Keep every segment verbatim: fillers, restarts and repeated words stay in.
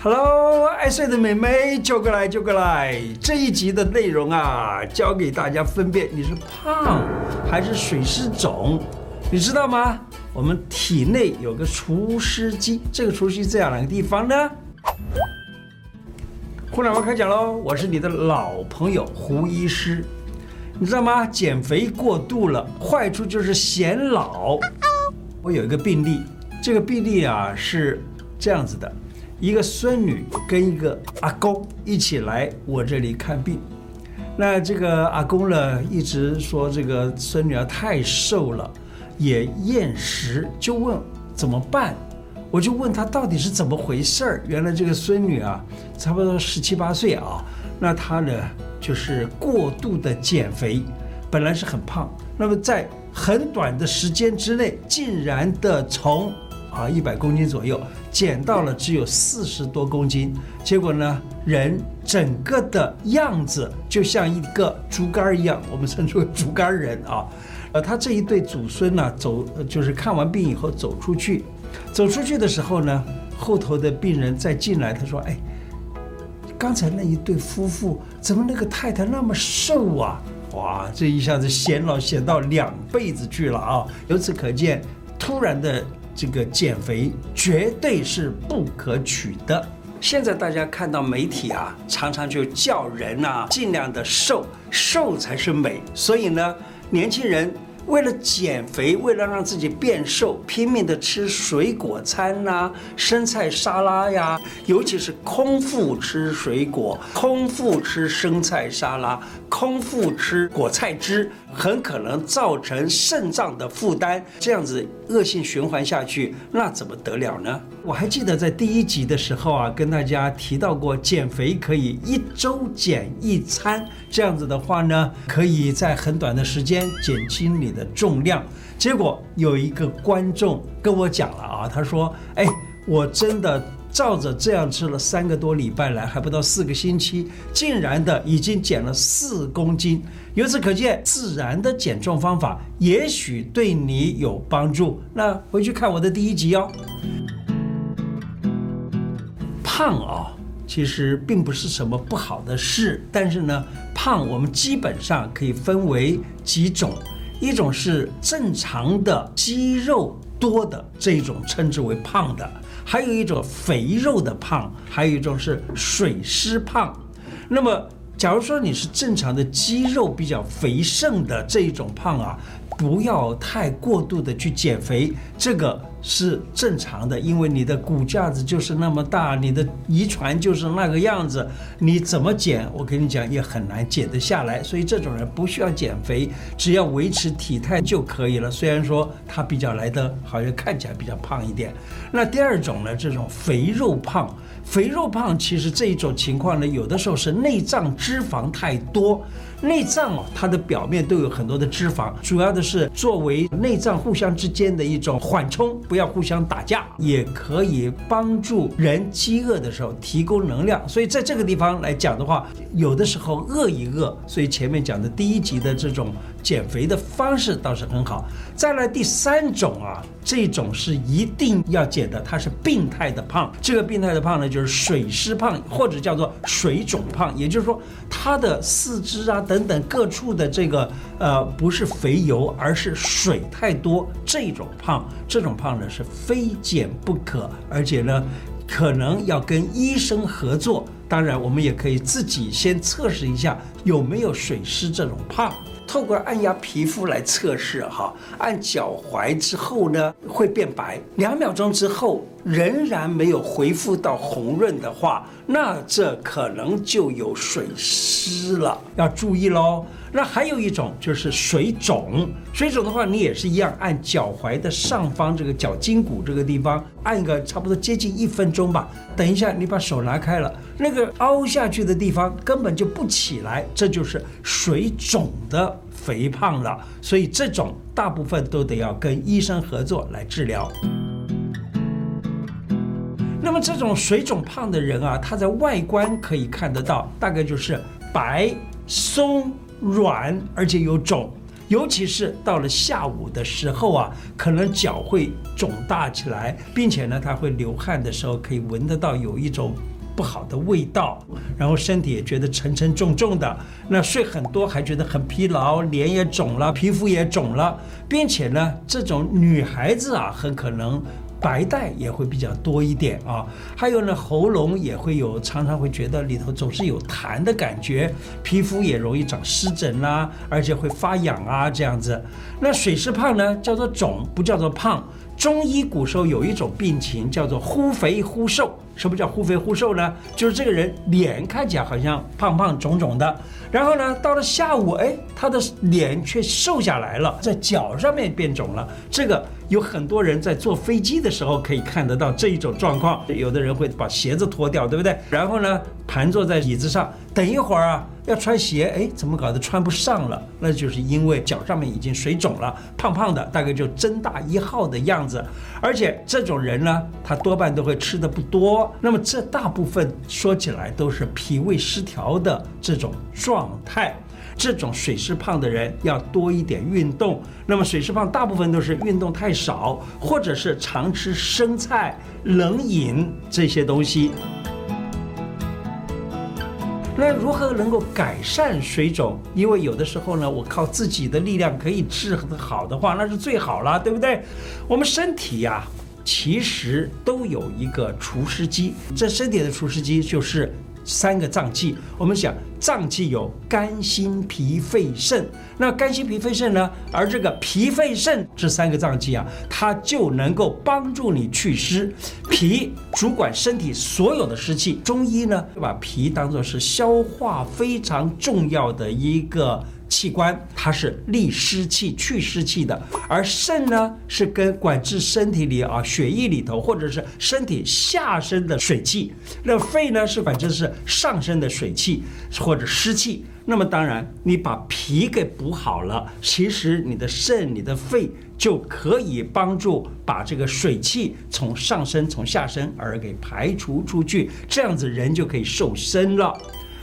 Hello， 爱睡的美眉，就过来就过来。这一集的内容啊，教给大家分辨你是胖还是水湿肿，你知道吗？我们体内有个除湿机，这个除湿机在哪个地方呢？胡乃文开讲喽，我是你的老朋友胡医师。你知道吗？减肥过度了，坏处就是显老。我有一个病例，这个病例啊是这样子的。一个孙女跟一个阿公一起来我这里看病，那这个阿公呢一直说这个孙女啊太瘦了，也厌食，就问怎么办。我就问他到底是怎么回事儿。原来这个孙女啊差不多十七八岁啊，那她呢就是过度的减肥，本来是很胖，那么在很短的时间之内竟然的从啊一百公斤左右减到了只有四十多公斤，结果呢，人整个的样子就像一个竹竿一样，我们称之为竹竿人啊。呃，他这一对祖孙呢，走就是看完病以后走出去，走出去的时候呢，后头的病人再进来，他说：“哎，刚才那一对夫妇怎么那个太太那么瘦啊？哇，这一下子显老显到两辈子去了啊！由此可见，突然的。”这个减肥绝对是不可取的。现在大家看到媒体啊，常常就叫人啊，尽量的瘦，瘦才是美。所以呢，年轻人为了减肥，为了让自己变瘦，拼命的吃水果餐呐、生菜沙拉呀，尤其是空腹吃水果，空腹吃生菜沙拉，空腹吃果菜汁，很可能造成肾脏的负担，这样子恶性循环下去，那怎么得了呢？我还记得在第一集的时候啊，跟大家提到过，减肥可以一周减一餐，这样子的话呢，可以在很短的时间减轻你的重量。结果有一个观众跟我讲了啊，他说：“哎，我真的。”照着这样吃了三个多礼拜来，还不到四个星期，竟然的已经减了四公斤。由此可见，自然的减重方法也许对你有帮助。那回去看我的第一集哦。胖啊，其实并不是什么不好的事，但是呢，胖我们基本上可以分为几种，一种是正常的肌肉多的这一种称之为胖的。还有一种肥肉的胖，还有一种是水湿胖。那么假如说你是正常的肌肉比较肥盛的这一种胖啊，不要太过度的去减肥，这个是正常的，因为你的骨架子就是那么大，你的遗传就是那个样子，你怎么减，我跟你讲也很难减得下来。所以这种人不需要减肥，只要维持体态就可以了。虽然说他比较来的好像看起来比较胖一点。那第二种呢，这种肥肉胖，肥肉胖其实这一种情况呢，有的时候是内脏脂肪太多。内脏哦，它的表面都有很多的脂肪，主要的是作为内脏互相之间的一种缓冲，不要互相打架，也可以帮助人饥饿的时候提供能量。所以在这个地方来讲的话，有的时候饿一饿，所以前面讲的第一集的这种减肥的方式倒是很好。再来第三种啊，这种是一定要减的，它是病态的胖。这个病态的胖呢，就是水湿胖，或者叫做水肿胖，也就是说它的四肢啊等等各处的这个呃不是肥油，而是水太多，这种胖，这种胖呢是非减不可，而且呢可能要跟医生合作。当然我们也可以自己先测试一下有没有水湿这种胖，透过按压皮肤来测试哈，按脚踝之后呢会变白，两秒钟之后仍然没有恢复到红润的话，那这可能就有水湿了，要注意咯。那还有一种就是水肿，水肿的话你也是一样，按脚踝的上方这个脚筋骨这个地方按一个差不多接近一分钟吧，等一下你把手拿开了，那个凹下去的地方根本就不起来，这就是水肿的肥胖了。所以这种大部分都得要跟医生合作来治疗。那么这种水肿胖的人啊，他在外观可以看得到，大概就是白松软，而且有肿， 尤其是到了下午的时候啊，可能脚会肿大起来，并且呢，他会流汗的时候可以闻得到有一种不好的味道，然后身体也觉得沉沉重重的，那睡很多还觉得很疲劳，脸也肿了，皮肤也肿了，并且呢，这种女孩子啊，很可能白带也会比较多一点啊，还有呢，喉咙也会有，常常会觉得里头总是有痰的感觉，皮肤也容易长湿疹啦、啊，而且会发痒啊，这样子。那水湿胖呢，叫做肿，不叫做胖。中医古时候有一种病情叫做忽肥忽瘦。什么叫忽肥忽瘦呢？就是这个人脸看起来好像胖胖肿肿的，然后呢，到了下午，哎，他的脸却瘦下来了，在脚上面变肿了。这个有很多人在坐飞机的时候可以看得到这一种状况。有的人会把鞋子脱掉，对不对？然后呢，盘坐在椅子上，等一会儿啊，要穿鞋，哎，怎么搞得穿不上了？那就是因为脚上面已经水肿了，胖胖的，大概就针大一号的样子。而且这种人呢，他多半都会吃的不多。那么这大部分说起来都是脾胃失调的这种状态。这种水湿胖的人要多一点运动。那么水湿胖大部分都是运动太少，或者是常吃生菜、冷饮这些东西。那如何能够改善水肿？因为有的时候呢，我靠自己的力量可以治好的话，那是最好了，对不对？我们身体呀、啊，其实都有一个除湿机，这身体的除湿机就是三个脏器。我们讲脏器有肝、心、脾、肺、肾。那肝、心、脾、肺、肾呢？而这个脾、肺、肾这三个脏器啊，它就能够帮助你祛湿。脾主管身体所有的湿气，中医呢把脾当作是消化非常重要的一个器官，它是利湿气、去湿气的。而肾呢，是跟管制身体里啊血液里头或者是身体下身的水气。那肺呢，是管制是上身的水气或者湿气。那么当然，你把脾给补好了，其实你的肾、你的肺就可以帮助把这个水气从上身、从下身而给排除出去，这样子人就可以瘦身了。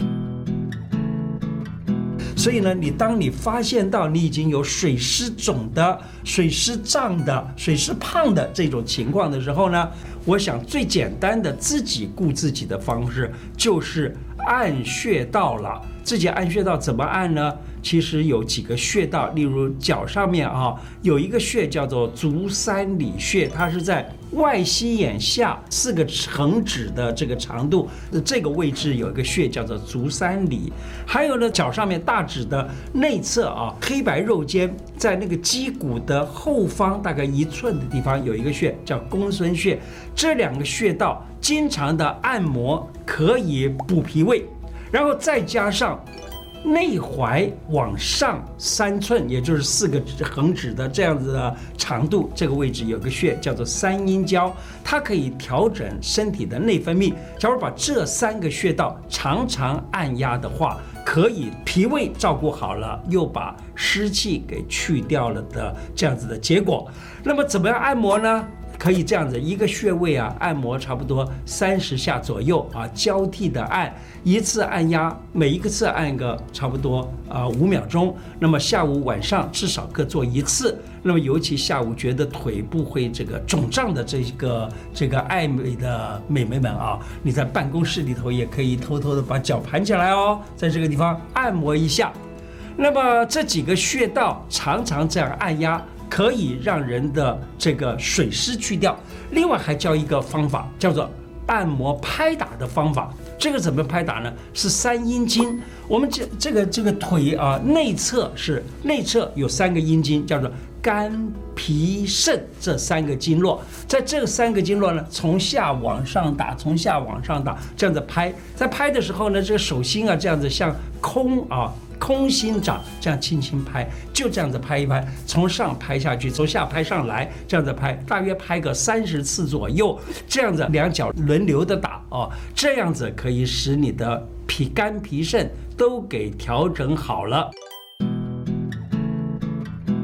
所以呢，你当你发现到你已经有水湿肿的、水湿胀的、水湿胖的这种情况的时候呢，我想最简单的自己顾自己的方式就是按穴道了。自己按穴道怎么按呢？其实有几个穴道，例如脚上面啊，有一个穴叫做足三里穴，它是在外膝眼下四个横指的这个长度，这个位置有一个穴叫做足三里。还有呢，脚上面大指的内侧啊，黑白肉间，在那个肌骨的后方大概一寸的地方有一个穴叫公孙穴。这两个穴道经常的按摩可以补脾胃。然后再加上内踝往上三寸，也就是四个横指的这样子的长度，这个位置有个穴叫做三阴交，它可以调整身体的内分泌。假如把这三个穴道常常按压的话，可以脾胃照顾好了，又把湿气给去掉了的这样子的结果。那么怎么样按摩呢？可以这样子，一个穴位啊，按摩差不多三十下左右啊，交替的按，一次按压，每一个次按个差不多啊五秒钟。那么下午晚上至少各做一次。那么尤其下午觉得腿部会这个肿胀的这个这个爱美的美眉们啊，你在办公室里头也可以偷偷的把脚盘起来哦，在这个地方按摩一下。那么这几个穴道常常这样按压，可以让人的这个水湿去掉。另外还教一个方法，叫做按摩拍打的方法。这个怎么拍打呢？是三阴经。我们这这个这个腿啊，内侧是内侧有三个阴经，叫做肝、脾、肾这三个经络。在这三个经络呢，从下往上打，从下往上打，这样子拍。在拍的时候呢，这个手心啊，这样子像空啊。空心掌，这样轻轻拍，就这样子拍一拍，从上拍下去，从下拍上来，这样子拍，大约拍个三十次左右，这样子两脚轮流的打哦，这样子可以使你的脾、肝、脾、肾都给调整好了。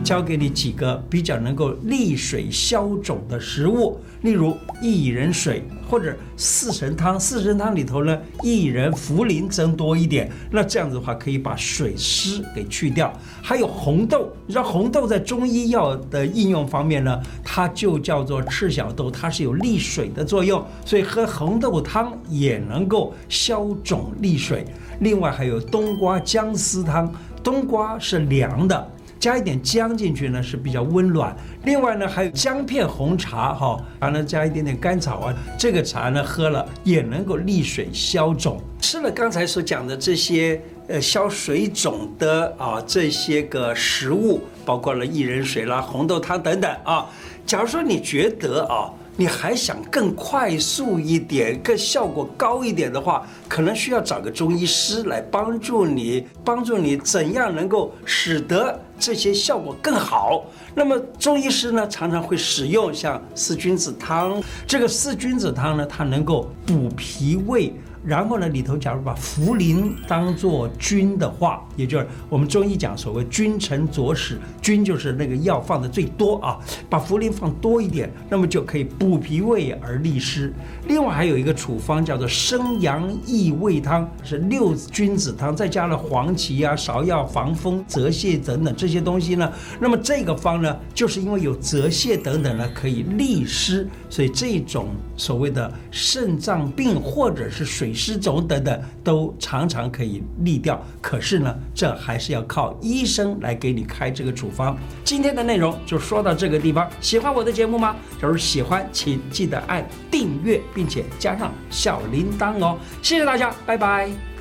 教给你几个比较能够利水消肿的食物，例如薏仁水或者四神汤。四神汤里头呢，薏仁、茯苓增多一点，那这样子的话可以把水湿给去掉。还有红豆，你知道红豆在中医药的应用方面呢，它就叫做赤小豆，它是有利水的作用，所以喝红豆汤也能够消肿利水。另外还有冬瓜姜丝汤，冬瓜是凉的，加一点姜进去呢是比较温暖。另外呢还有姜片红茶哈，然后呢加一点点甘草啊，这个茶呢喝了也能够利水消肿。吃了刚才所讲的这些呃消水肿的啊这些个食物，包括了薏仁水啦、红豆汤等等啊。假如说你觉得啊，你还想更快速一点、更效果高一点的话，可能需要找个中医师来帮助你，帮助你怎样能够使得这些效果更好。那么中医师呢，常常会使用像四君子汤。这个四君子汤呢，它能够补脾胃。然后呢，里头假如把茯苓当作君的话，也就是我们中医讲所谓君臣佐使，君就是那个药放的最多啊，把茯苓放多一点，那么就可以补脾胃而利湿。另外还有一个处方叫做生阳益胃汤，是六君子汤，再加了黄芪啊、芍药、防风、泽泻等等这些东西呢。那么这个方呢，就是因为有泽泻等等呢，可以利湿，所以这种所谓的肾脏病或者是水湿肿等等都常常可以利掉。可是呢，这还是要靠医生来给你开这个处方。今天的内容就说到这个地方。喜欢我的节目吗？假如喜欢，请记得按订阅，并且加上小铃铛哦。谢谢大家，拜拜。